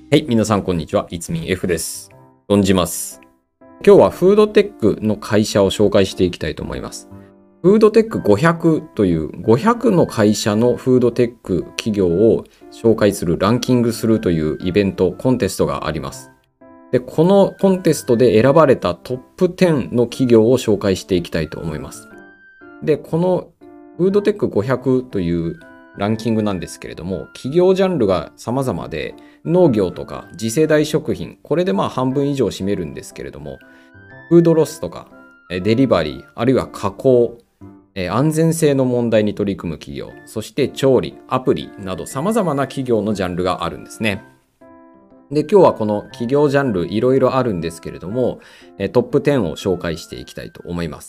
はい、皆さんこんにちは。いつみん F です。存じます。今日はフードテックの会社を紹介していきたいと思います。フードテック500という500の会社のフードテック企業を紹介する、ランキングするというイベント、コンテストがあります。で、このコンテストで選ばれたトップ10の企業を紹介していきたいと思います。で、このフードテック500というランキングなんですけれども、企業ジャンルが様々で、農業とか次世代食品、これで半分以上占めるんですけれども、フードロスとかデリバリー、あるいは加工、安全性の問題に取り組む企業、そして調理、アプリなど様々な企業のジャンルがあるんですね。で、今日はこの企業ジャンルいろいろあるんですけれども、トップ10を紹介していきたいと思います。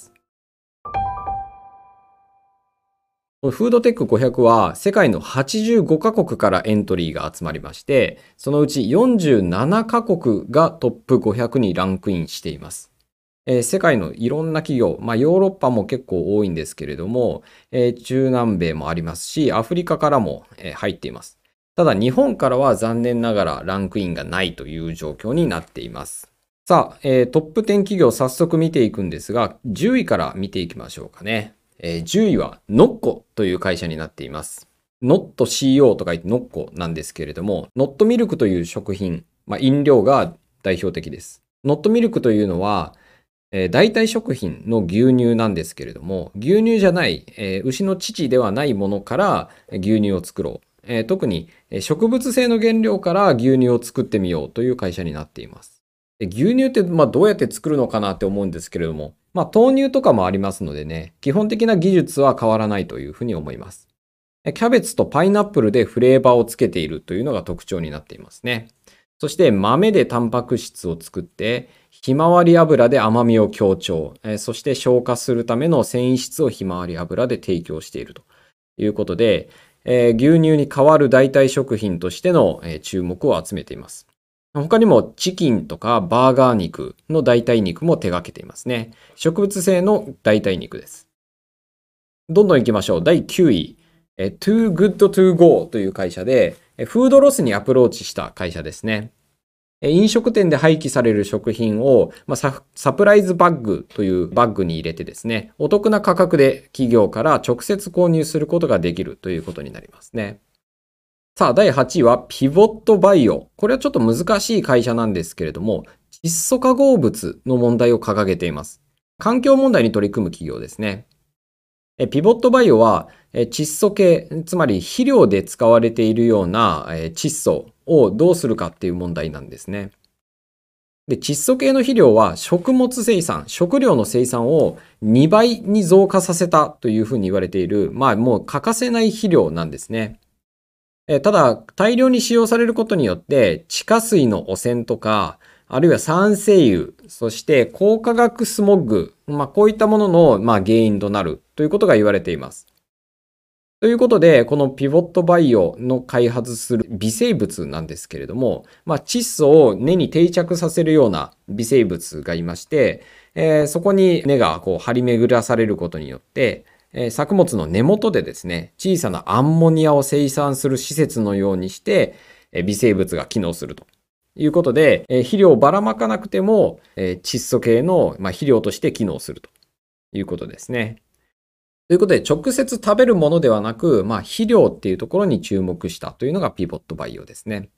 フードテック500は世界の85カ国からエントリーが集まりまして、そのうち47カ国がトップ500にランクインしています。世界のいろんな企業、ヨーロッパも結構多いんですけれども、中南米もありますし、アフリカからも入っています。ただ日本からは残念ながらランクインがないという状況になっています。さあ、トップ10企業早速見ていくんですが、10位から見ていきましょうかね。10位はノッコという会社になっています。ノット CO と書いてノッコなんですけれども、ノットミルクという食品、飲料が代表的です。ノットミルクというのは、代替食品の牛乳なんですけれども、牛乳じゃない、牛の乳ではないものから牛乳を作ろう。特に植物性の原料から牛乳を作ってみようという会社になっています。牛乳ってどうやって作るのかなって思うんですけれども、豆乳とかもありますのでね、基本的な技術は変わらないというふうに思います。キャベツとパイナップルでフレーバーをつけているというのが特徴になっていますね。そして豆でタンパク質を作って、ひまわり油で甘みを強調、そして消化するための繊維質をひまわり油で提供しているということで、牛乳に代わる代替食品としての注目を集めています。他にもチキンとかバーガー肉の代替肉も手掛けていますね。植物性の代替肉です。どんどん行きましょう。第9位。Too Good To Go という会社で、フードロスにアプローチした会社ですね。飲食店で廃棄される食品を、サプライズバッグというバッグに入れてですね、お得な価格で企業から直接購入することができるということになりますね。さあ、第8位はピボットバイオ。これはちょっと難しい会社なんですけれども、窒素化合物の問題を掲げています。環境問題に取り組む企業ですね。ピボットバイオは窒素系、つまり肥料で使われているような窒素をどうするかっていう問題なんですね。で、窒素系の肥料は食物生産、食料の生産を2倍に増加させたというふうに言われている、もう欠かせない肥料なんですね。ただ、大量に使用されることによって、地下水の汚染とか、あるいは酸性油、そして高化学スモッグ、こういったものの、原因となるということが言われています。ということで、このピボットバイオの開発する微生物なんですけれども、窒素を根に定着させるような微生物がいまして、そこに根が張り巡らされることによって、作物の根元でですね、小さなアンモニアを生産する施設のようにして、微生物が機能するということで、肥料をばらまかなくても、窒素系の肥料として機能するということですね。ということで、直接食べるものではなく、肥料っていうところに注目したというのがピボットバイオですね。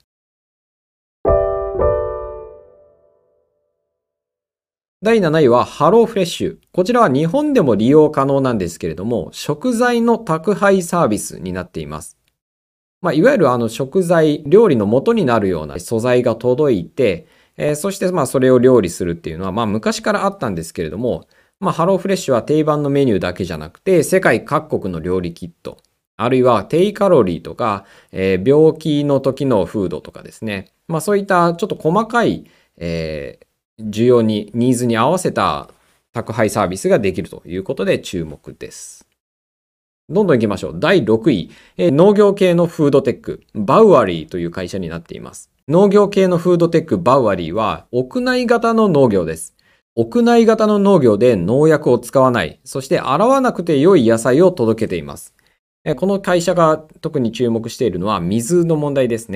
第7位はハローフレッシュ。こちらは日本でも利用可能なんですけれども、食材の宅配サービスになっています。いわゆる食材、料理の元になるような素材が届いて、そしてそれを料理するっていうのは昔からあったんですけれども、ハローフレッシュは定番のメニューだけじゃなくて、世界各国の料理キット、あるいは低カロリーとか、病気の時のフードとかですね。そういったちょっと細かい、需要に、ニーズに合わせた宅配サービスができるということで注目です。どんどん行きましょう。第6位、農業系のフードテック、バウアリーという会社になっています。農業系のフードテックバウアリーは屋内型の農業です。屋内型の農業で農薬を使わない、そして洗わなくて良い野菜を届けています。この会社が特に注目しているのは水の問題ですね。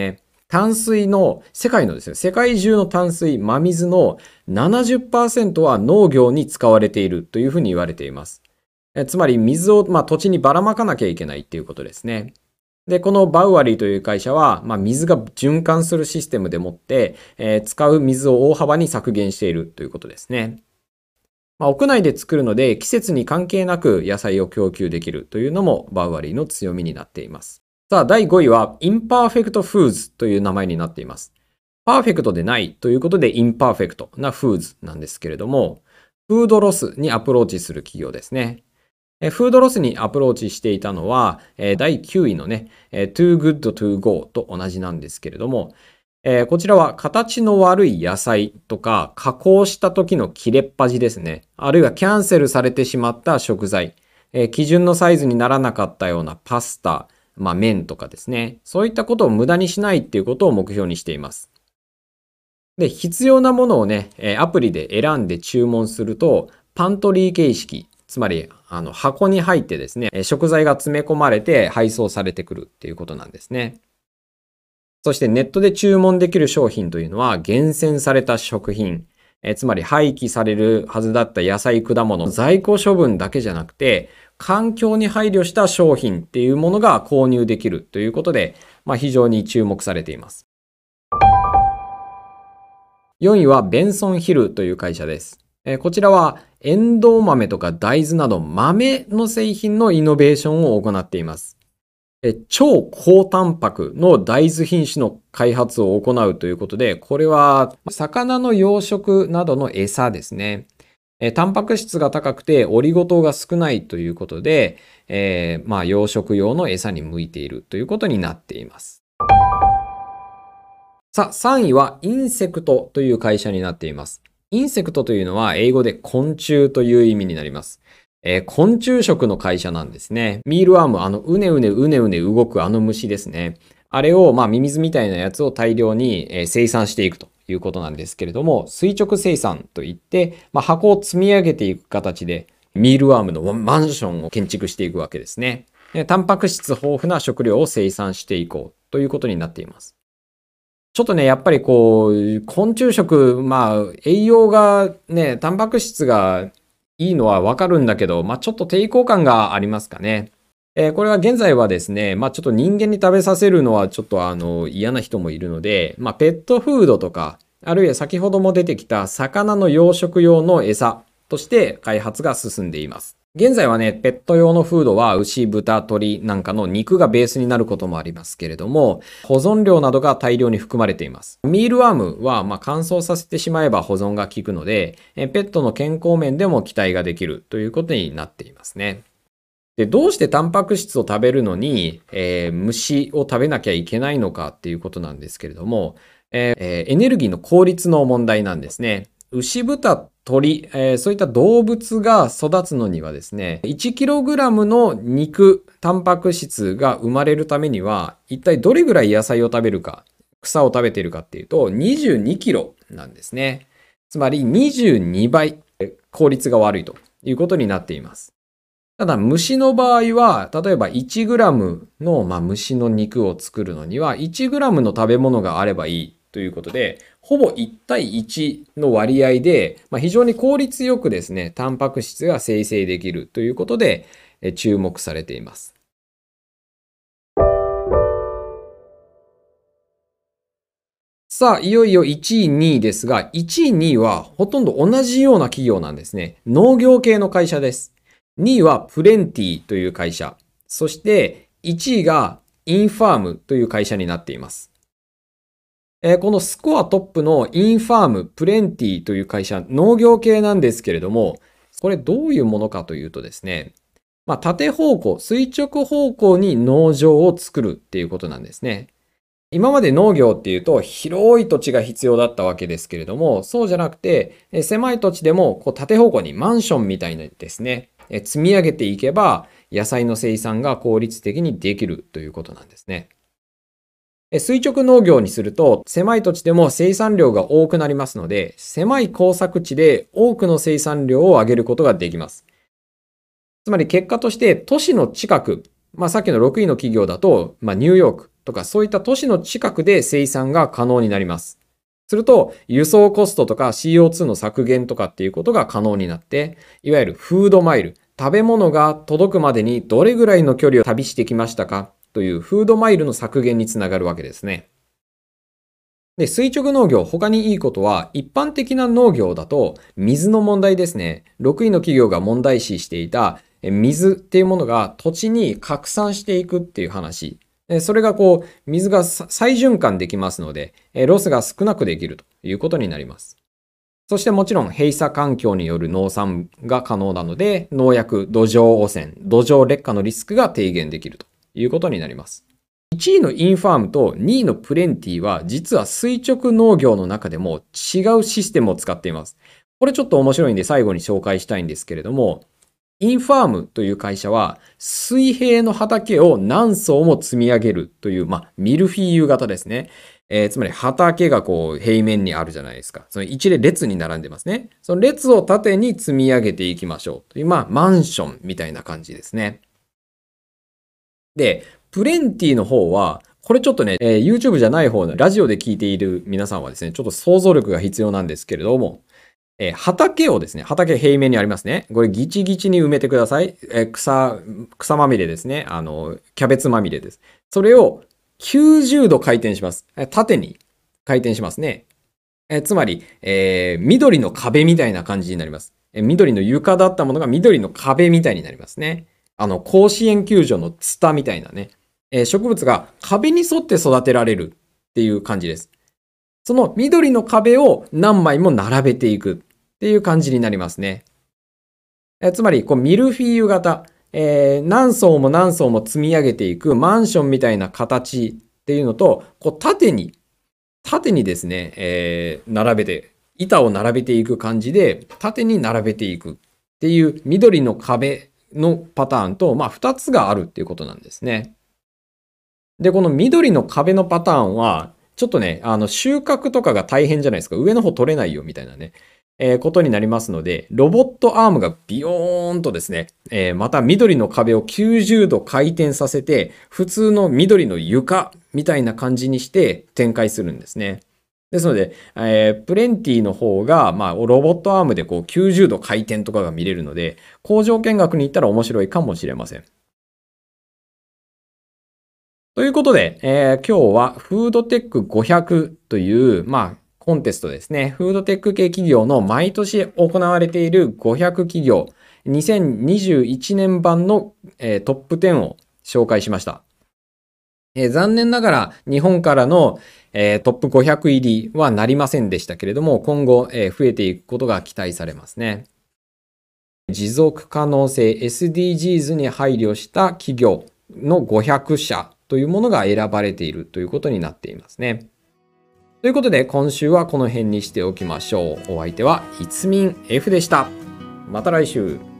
淡水の、世界のですね、世界中の淡水、真水の 70% は農業に使われているというふうに言われています。つまり水を、土地にばらまかなきゃいけないっていうことですね。で、このバウアリーという会社は、水が循環するシステムでもって、使う水を大幅に削減しているということですね。屋内で作るので季節に関係なく野菜を供給できるというのもバウアリーの強みになっています。さあ、第5位はインパーフェクトフーズという名前になっています。パーフェクトでないということでインパーフェクトなフーズなんですけれども、フードロスにアプローチする企業ですね。フードロスにアプローチしていたのは、第9位のね、too good to go と同じなんですけれども、こちらは形の悪い野菜とか加工した時の切れっ端ですね。あるいはキャンセルされてしまった食材、基準のサイズにならなかったようなパスタ、麺とかですね。そういったことを無駄にしないっていうことを目標にしています。で、必要なものをね、アプリで選んで注文すると、パントリー形式、つまり箱に入ってですね、食材が詰め込まれて配送されてくるっていうことなんですね。そしてネットで注文できる商品というのは厳選された食品、つまり廃棄されるはずだった野菜、果物、在庫処分だけじゃなくて、環境に配慮した商品っていうものが購入できるということで、非常に注目されています。4位はベンソンヒルという会社です。こちらはエンドウ豆とか大豆など豆の製品のイノベーションを行っています。超高タンパクの大豆品種の開発を行うということで、これは魚の養殖などの餌ですね。タンパク質が高くてオリゴ糖が少ないということで、養殖用の餌に向いているということになっています。さあ、3位はインセクトという会社になっています。インセクトというのは英語で昆虫という意味になります。昆虫食の会社なんですね。ミールワーム、うねうね動く虫ですね。あれを、ミミズみたいなやつを大量に生産していくということなんですけれども、垂直生産といって、箱を積み上げていく形で、ミールワームのマンションを建築していくわけですね。タンパク質豊富な食料を生産していこうということになっています。ちょっとね、やっぱり昆虫食、栄養がね、タンパク質がいいのはわかるんだけど、ちょっと抵抗感がありますかね。これは現在はですね、ちょっと人間に食べさせるのはちょっと嫌な人もいるので、ペットフードとか、あるいは先ほども出てきた魚の養殖用の餌として開発が進んでいます。現在はね、ペット用のフードは牛、豚、鶏なんかの肉がベースになることもありますけれども、保存料などが大量に含まれています。ミールワームは乾燥させてしまえば保存が効くので、ペットの健康面でも期待ができるということになっていますね。で、どうしてタンパク質を食べるのに、虫を食べなきゃいけないのかっていうことなんですけれども、エネルギーの効率の問題なんですね。牛、豚、鳥、そういった動物が育つのにはですね、1kg の肉、タンパク質が生まれるためには、一体どれぐらい野菜を食べるか、草を食べているかっていうと、22kg なんですね。つまり22倍効率が悪いということになっています。ただ、虫の場合は、例えば 1g の、虫の肉を作るのには、1g の食べ物があればいいということで、ほぼ1対1の割合で、非常に効率よくですね、タンパク質が生成できるということで、注目されています。さあ、いよいよ1位、2位ですが、1位、2位はほとんど同じような企業なんですね。農業系の会社です。2位はプレンティという会社。そして1位がインファームという会社になっています。このスコアトップのインファーム、プレンティという会社、農業系なんですけれども、これどういうものかというとですね、縦方向、垂直方向に農場を作るっていうことなんですね。今まで農業っていうと広い土地が必要だったわけですけれども、そうじゃなくて、狭い土地でも縦方向にマンションみたいなですね、積み上げていけば野菜の生産が効率的にできるということなんですね。垂直農業にすると狭い土地でも生産量が多くなりますので、狭い耕作地で多くの生産量を上げることができます。つまり結果として都市の近く、さっきの6位の企業だと、ニューヨーク、 とかそういった都市の近くで生産が可能になります。すると、輸送コストとか CO2 の削減とかっていうことが可能になって、いわゆるフードマイル、食べ物が届くまでにどれぐらいの距離を旅してきましたかというフードマイルの削減につながるわけですね。で、垂直農業、他にいいことは、一般的な農業だと、水の問題ですね。6位の企業が問題視していた、水っていうものが土地に拡散していくっていう話。それが水が再循環できますので、ロスが少なくできるということになります。そしてもちろん閉鎖環境による農産が可能なので、農薬、土壌汚染、土壌劣化のリスクが低減できるということになります。1位のインファームと2位のプレンティは実は垂直農業の中でも違うシステムを使っています。これちょっと面白いんで最後に紹介したいんですけれども、インファームという会社は水平の畑を何層も積み上げるという、ミルフィーユ型ですね。つまり畑が平面にあるじゃないですか。その一列に並んでますね。その列を縦に積み上げていきましょうという、マンションみたいな感じですね。で、プレンティの方は、これちょっとね、YouTube じゃない方のラジオで聞いている皆さんはですね、ちょっと想像力が必要なんですけれども、畑をですね、畑平面にありますね。これギチギチに埋めてください。草まみれですね。キャベツまみれです。それを90度回転します。縦に回転しますね。つまり、緑の壁みたいな感じになります。緑の床だったものが緑の壁みたいになりますね。甲子園球場のツタみたいなね。植物が壁に沿って育てられるっていう感じです。その緑の壁を何枚も並べていくっていう感じになりますね。つまり、ミルフィーユ型、何層も何層も積み上げていくマンションみたいな形っていうのと、縦にですね、板を並べていく感じで、縦に並べていくっていう緑の壁のパターンと、2つがあるっていうことなんですね。で、この緑の壁のパターンは、ちょっとね、収穫とかが大変じゃないですか。上の方取れないよみたいなね、ことになりますので、ロボットアームがビヨーンとですね、また緑の壁を90度回転させて、普通の緑の床みたいな感じにして展開するんですね。ですので、プレンティの方が、ロボットアームで90度回転とかが見れるので、工場見学に行ったら面白いかもしれません。ということで、今日はフードテック500という、コンテストですね。フードテック系企業の毎年行われている500企業、2021年版の、トップ10を紹介しました。残念ながら日本からの、トップ500入りはなりませんでしたけれども、今後、増えていくことが期待されますね。持続可能性 SDGs に配慮した企業の500社というものが選ばれているということになっていますね。ということで今週はこの辺にしておきましょう。お相手はいつみん F でした。また来週。